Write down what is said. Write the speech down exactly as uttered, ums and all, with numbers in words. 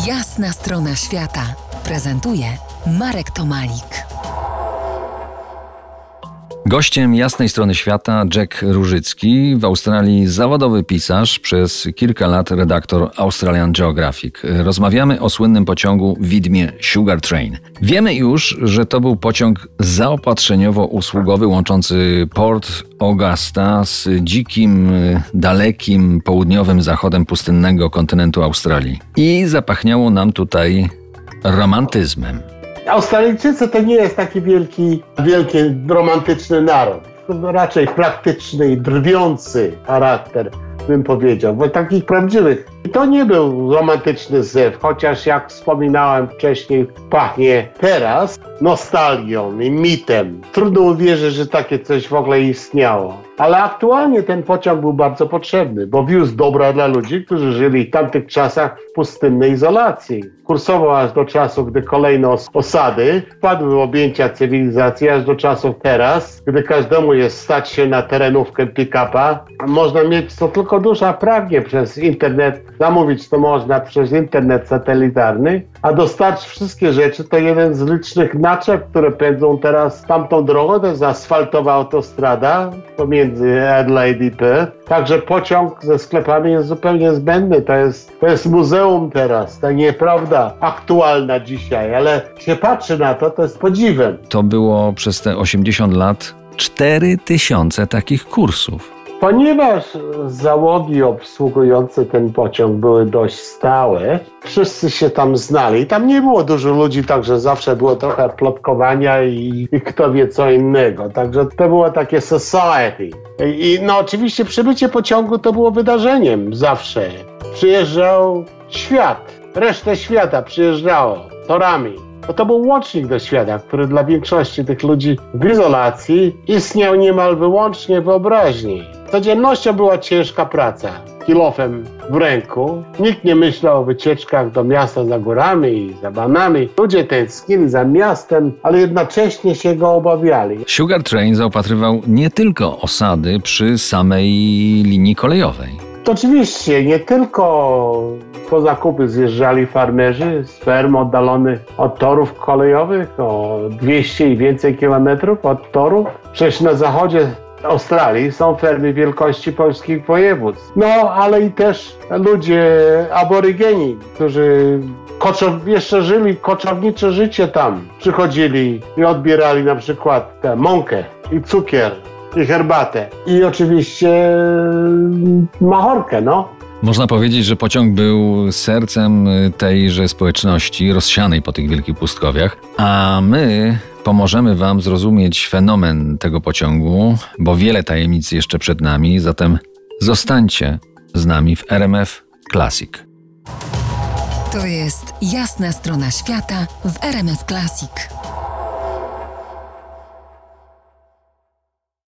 Jasna strona świata prezentuje Marek Tomalik. Gościem Jasnej Strony Świata Jack Różycki, w Australii zawodowy pisarz, przez kilka lat redaktor Australian Geographic. Rozmawiamy o słynnym pociągu widmie Sugar Train. Wiemy już, że to był pociąg zaopatrzeniowo-usługowy łączący Port Augusta z dzikim, dalekim, południowym zachodem pustynnego kontynentu Australii. I zapachniało nam tutaj romantyzmem. Australijczycy to nie jest taki wielki, wielki romantyczny naród. To raczej praktyczny i drwiący charakter, bym powiedział, bo takich prawdziwych. To nie był romantyczny zew, chociaż jak wspominałem wcześniej, pachnie teraz nostalgią i mitem. Trudno uwierzyć, że takie coś w ogóle istniało. Ale aktualnie ten pociąg był bardzo potrzebny, bo wiózł dobra dla ludzi, którzy żyli w tamtych czasach w pustynnej izolacji. Kursował aż do czasu, gdy kolejne osady wpadły w objęcia cywilizacji, aż do czasów teraz, gdy każdemu jest stać się na terenówkę pick-upa. Można mieć, co tylko dusza pragnie, przez internet zamówić to można przez internet satelitarny, a dostarczyć wszystkie rzeczy to jeden z licznych naczep, które pędzą teraz tamtą drogą. To jest asfaltowa autostrada pomiędzy Adelaide i Perth. Także pociąg ze sklepami jest zupełnie zbędny. To jest, to jest muzeum teraz, to nieprawda aktualna dzisiaj, ale się patrzy na to, to jest podziwem. To było przez te osiemdziesiąt lat cztery tysiące takich kursów. Ponieważ załogi obsługujące ten pociąg były dość stałe, wszyscy się tam znali. I tam nie było dużo ludzi, także zawsze było trochę plotkowania i, i kto wie co innego. Także to było takie society. I, i no oczywiście przybycie pociągu to było wydarzeniem zawsze. Przyjeżdżał świat, resztę świata przyjeżdżało torami. Bo to był łącznik do świata, który dla większości tych ludzi w izolacji istniał niemal wyłącznie wyobraźni. Codziennością była ciężka praca, kilofem w ręku. Nikt nie myślał o wycieczkach do miasta za górami i za banami. Ludzie tęsknili za miastem, ale jednocześnie się go obawiali. Sugar Train zaopatrywał nie tylko osady przy samej linii kolejowej. To oczywiście nie tylko po zakupy zjeżdżali farmerzy z ferm oddalonych od torów kolejowych o dwieście i więcej kilometrów od torów. Przecież na zachodzie Australii są fermy wielkości polskich województw. No, ale i też ludzie aborygeni, którzy koczow- jeszcze żyli koczownicze życie tam. Przychodzili i odbierali na przykład tę mąkę i cukier i herbatę. I oczywiście machorkę, no. Można powiedzieć, że pociąg był sercem tejże społeczności rozsianej po tych wielkich pustkowiach, a my pomożemy Wam zrozumieć fenomen tego pociągu, bo wiele tajemnic jeszcze przed nami, zatem zostańcie z nami w R M F Classic. To jest Jasna Strona Świata w R M F Classic.